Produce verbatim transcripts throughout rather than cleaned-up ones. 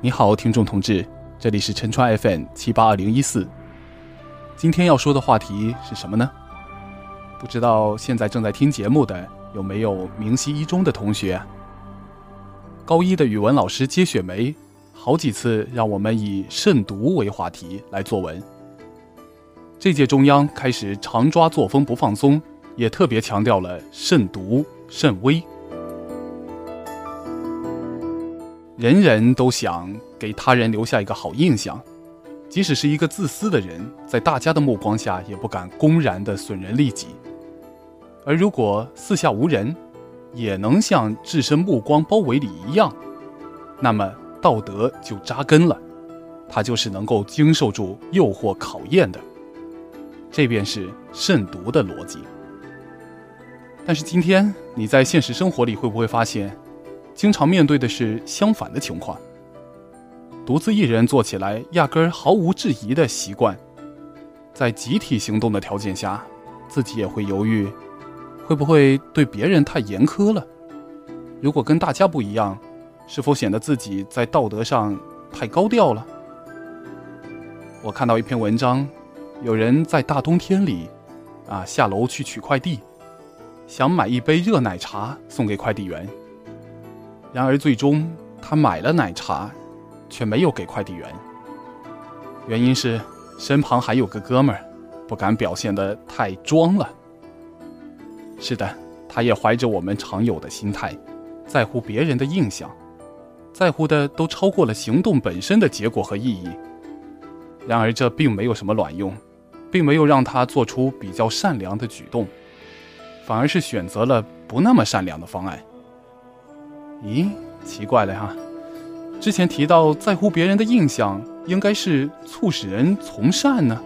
你好，听众同志，这里是陈川 F M 七八二零一四。今天要说的话题是什么呢？不知道现在正在听节目的有没有明溪一中的同学？高一的语文老师接雪梅好几次让我们以慎独为话题来作文。这届中央开始常抓作风不放松，也特别强调了慎独慎微。人人都想给他人留下一个好印象，即使是一个自私的人，在大家的目光下也不敢公然的损人利己。而如果四下无人，也能像置身目光包围里一样，那么道德就扎根了，它就是能够经受住诱惑考验的。这便是慎独的逻辑。但是今天你在现实生活里会不会发现，经常面对的是相反的情况？独自一人做起来压根儿毫无质疑的习惯，在集体行动的条件下，自己也会犹豫，会不会对别人太严苛了？如果跟大家不一样，是否显得自己在道德上太高调了？我看到一篇文章，有人在大冬天里啊下楼去取快递，想买一杯热奶茶送给快递员。然而最终他买了奶茶，却没有给快递员。原因是身旁还有个哥们儿，不敢表现得太装了。是的，他也怀着我们常有的心态，在乎别人的印象，在乎的都超过了行动本身的结果和意义。然而这并没有什么卵用，并没有让他做出比较善良的举动，反而是选择了不那么善良的方案。咦，奇怪了哈！之前提到在乎别人的印象，应该是促使人从善呢。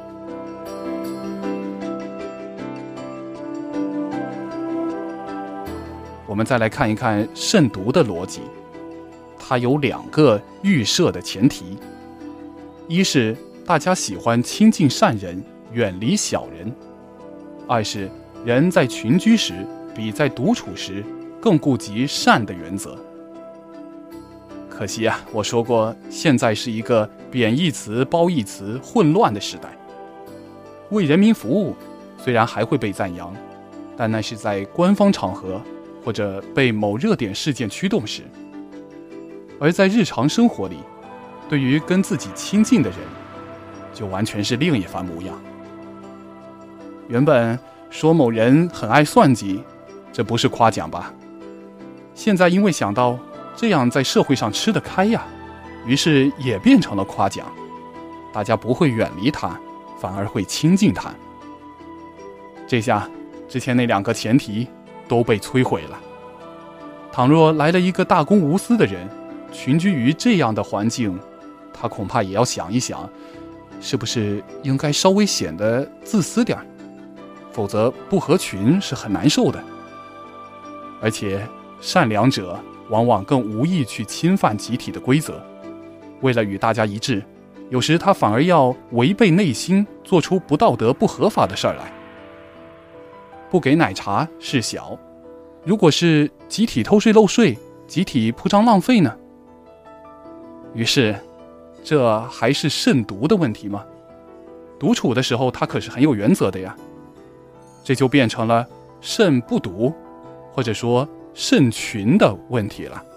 我们再来看一看慎独的逻辑，它有两个预设的前提：一是大家喜欢亲近善人，远离小人；二是人在群居时比在独处时更顾及善的原则。可惜啊，我说过，现在是一个贬义词、褒义词混乱的时代。为人民服务虽然还会被赞扬，但那是在官方场合或者被某热点事件驱动时。而在日常生活里，对于跟自己亲近的人，就完全是另一番模样。原本说某人很爱算计，这不是夸奖吧？现在因为想到这样在社会上吃得开呀，于是也变成了夸奖。大家不会远离他，反而会亲近他。这下之前那两个前提都被摧毁了。倘若来了一个大公无私的人，群居于这样的环境，他恐怕也要想一想，是不是应该稍微显得自私点，否则不合群是很难受的。而且善良者往往更无意去侵犯集体的规则，为了与大家一致，有时他反而要违背内心，做出不道德不合法的事儿来。不给奶茶是小，如果是集体偷税漏税，集体铺张浪费呢？于是这还是慎独的问题吗？独处的时候他可是很有原则的呀。这就变成了慎不独，或者说慎群的问题了。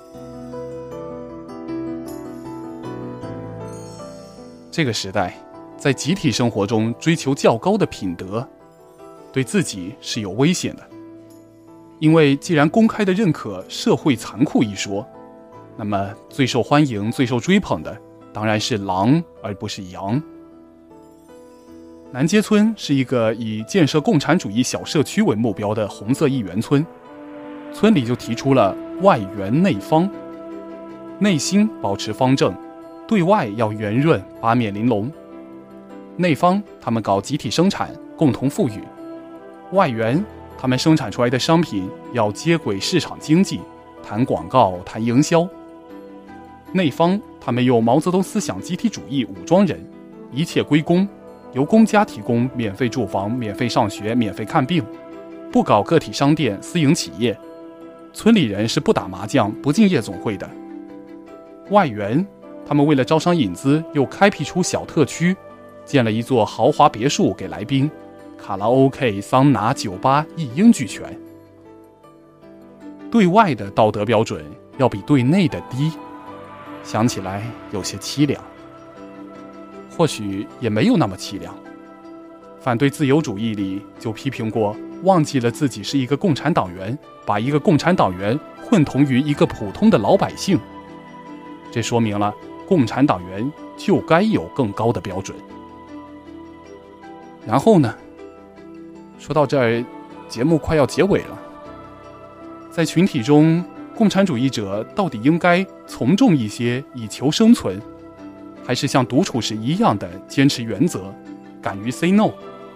这个时代，在集体生活中追求较高的品德，对自己是有危险的。因为既然公开的认可社会残酷一说，那么最受欢迎、最受追捧的当然是狼，而不是羊。南街村是一个以建设共产主义小社区为目标的红色一元村，村里就提出了外圆内方，内心保持方正，对外要圆润八面玲珑。内方他们搞集体生产，共同富裕；外圆他们生产出来的商品要接轨市场经济，谈广告，谈营销。内方他们用毛泽东思想集体主义武装人，一切归公，由公家提供免费住房、免费上学、免费看病，不搞个体商店、私营企业。村里人是不打麻将、不进夜总会的。外援他们为了招商引资，又开辟出小特区，建了一座豪华别墅给来宾，卡拉 OK、桑拿、酒吧一应俱全。对外的道德标准要比对内的低，想起来有些凄凉。或许也没有那么凄凉。反对自由主义里就批评过，忘记了自己是一个共产党员，把一个共产党员混同于一个普通的老百姓。这说明了共产党员就该有更高的标准。然后呢，说到这儿，节目快要结尾了。在群体中，共产主义者到底应该从众一些以求生存，还是像独处时一样的坚持原则，敢于 say no？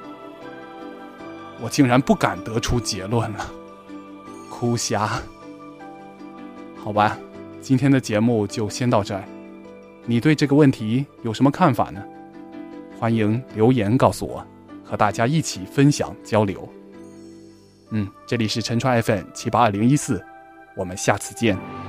我竟然不敢得出结论了，哭瞎。好吧，今天的节目就先到这儿。你对这个问题有什么看法呢？欢迎留言告诉我，和大家一起分享交流。嗯，这里是陈川 F M 七八二零一四，我们下次见。